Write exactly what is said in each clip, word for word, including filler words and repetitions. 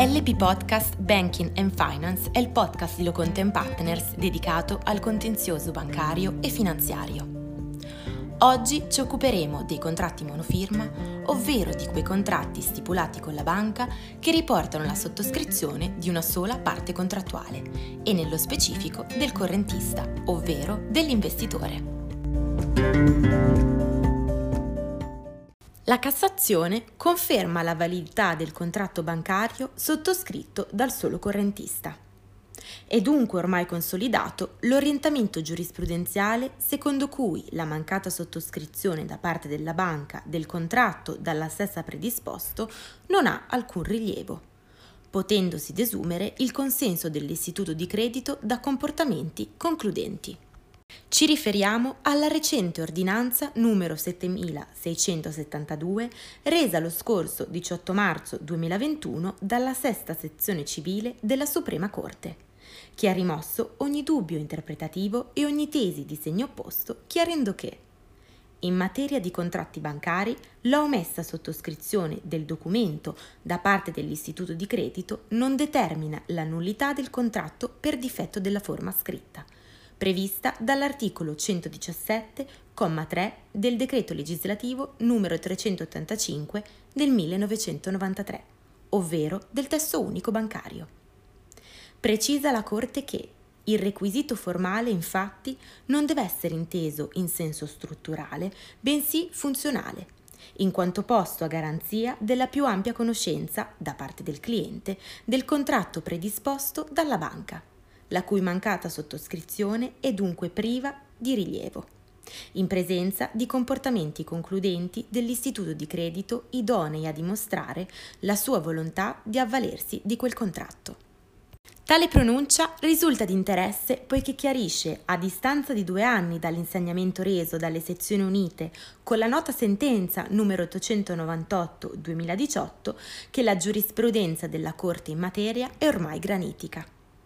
L P Podcast Banking and Finance è il podcast di Loconte and Partners dedicato al contenzioso bancario e finanziario. Oggi ci occuperemo dei contratti monofirma, ovvero di quei contratti stipulati con la banca che riportano la sottoscrizione di una sola parte contrattuale e nello specifico del correntista, ovvero dell'investitore. La Cassazione conferma la validità del contratto bancario sottoscritto dal solo correntista. È dunque ormai consolidato l'orientamento giurisprudenziale secondo cui la mancata sottoscrizione da parte della banca del contratto dalla stessa predisposto non ha alcun rilievo, potendosi desumere il consenso dell'istituto di credito da comportamenti concludenti. Ci riferiamo alla recente ordinanza numero settemilaseicentosettantadue resa lo scorso diciotto marzo duemilaventuno dalla sesta sezione civile della Suprema Corte, che ha rimosso ogni dubbio interpretativo e ogni tesi di segno opposto, chiarendo che in materia di contratti bancari la omessa sottoscrizione del documento da parte dell'istituto di credito non determina la nullità del contratto per difetto della forma scritta, prevista dall'articolo centodiciassette, comma tre del decreto legislativo numero trecentottantacinque del millenovecentonovantatré, ovvero del testo unico bancario. Precisa la Corte che il requisito formale, infatti, non deve essere inteso in senso strutturale, bensì funzionale, in quanto posto a garanzia della più ampia conoscenza, da parte del cliente, del contratto predisposto dalla banca, la cui mancata sottoscrizione è dunque priva di rilievo, in presenza di comportamenti concludenti dell'istituto di credito idonei a dimostrare la sua volontà di avvalersi di quel contratto. Tale pronuncia risulta di interesse poiché chiarisce, a distanza di due anni dall'insegnamento reso dalle sezioni unite con la nota sentenza numero ottocentonovantotto duemiladiciotto, che la giurisprudenza della Corte in materia è ormai granitica.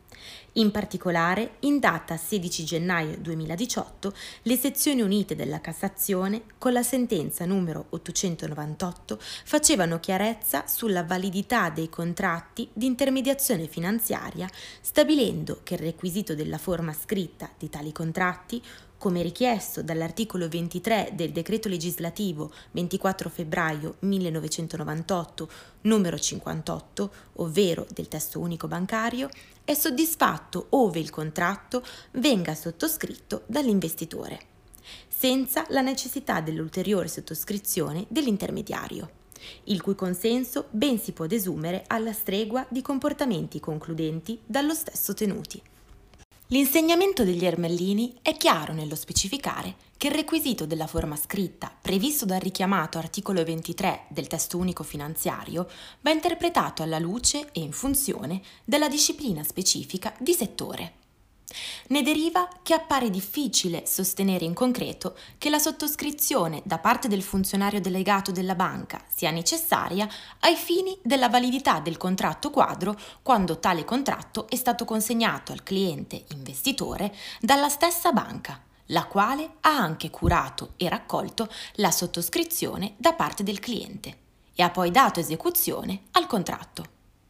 In particolare, in data sedici gennaio duemiladiciotto, le sezioni unite della Cassazione, con la sentenza numero ottocentonovantotto, facevano chiarezza sulla validità dei contratti di intermediazione finanziaria, stabilendo che il requisito della forma scritta di tali contratti, come richiesto dall'articolo ventitré del decreto legislativo ventiquattro febbraio millenovecentonovantotto numero cinquantotto, ovvero del testo unico bancario, è soddisfatto ove il contratto venga sottoscritto dall'investitore, senza la necessità dell'ulteriore sottoscrizione dell'intermediario, il cui consenso ben si può desumere alla stregua di comportamenti concludenti dallo stesso tenuti. L'insegnamento degli Ermellini è chiaro nello specificare che il requisito della forma scritta, previsto dal richiamato articolo ventitré del testo unico finanziario, va interpretato alla luce e in funzione della disciplina specifica di settore. Ne deriva che appare difficile sostenere in concreto che la sottoscrizione da parte del funzionario delegato della banca sia necessaria ai fini della validità del contratto quadro quando tale contratto è stato consegnato al cliente investitore dalla stessa banca, la quale ha anche curato e raccolto la sottoscrizione da parte del cliente e ha poi dato esecuzione al contratto.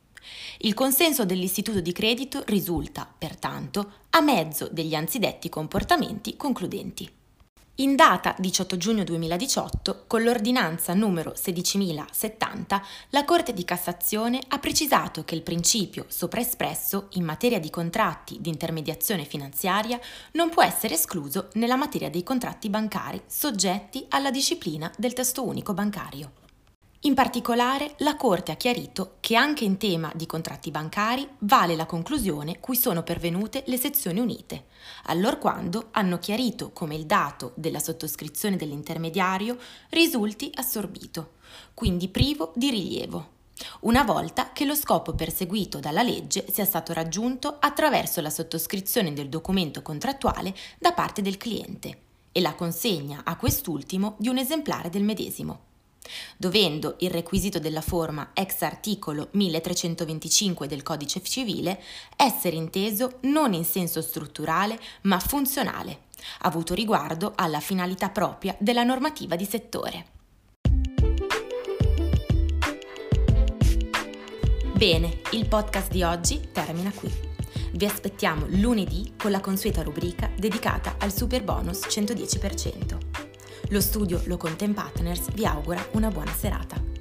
Il consenso dell'istituto di credito risulta, pertanto, a mezzo degli anzidetti comportamenti concludenti. In data diciotto giugno duemiladiciotto, con l'ordinanza numero sedicimilasettanta, la Corte di Cassazione ha precisato che il principio sopraespresso in materia di contratti di intermediazione finanziaria non può essere escluso nella materia dei contratti bancari soggetti alla disciplina del testo unico bancario. In particolare, la Corte ha chiarito che anche in tema di contratti bancari vale la conclusione cui sono pervenute le sezioni unite, allorquando hanno chiarito come il dato della sottoscrizione dell'intermediario risulti assorbito, quindi privo di rilievo, una volta che lo scopo perseguito dalla legge sia stato raggiunto attraverso la sottoscrizione del documento contrattuale da parte del cliente e la consegna a quest'ultimo di un esemplare del medesimo, dovendo il requisito della forma ex articolo milletrecentoventicinque del Codice Civile essere inteso non in senso strutturale ma funzionale, avuto riguardo alla finalità propria della normativa di settore. Bene, il podcast di oggi termina qui. Vi aspettiamo lunedì con la consueta rubrica dedicata al super bonus cento dieci per cento. Lo studio Lo Content Partners vi augura una buona serata.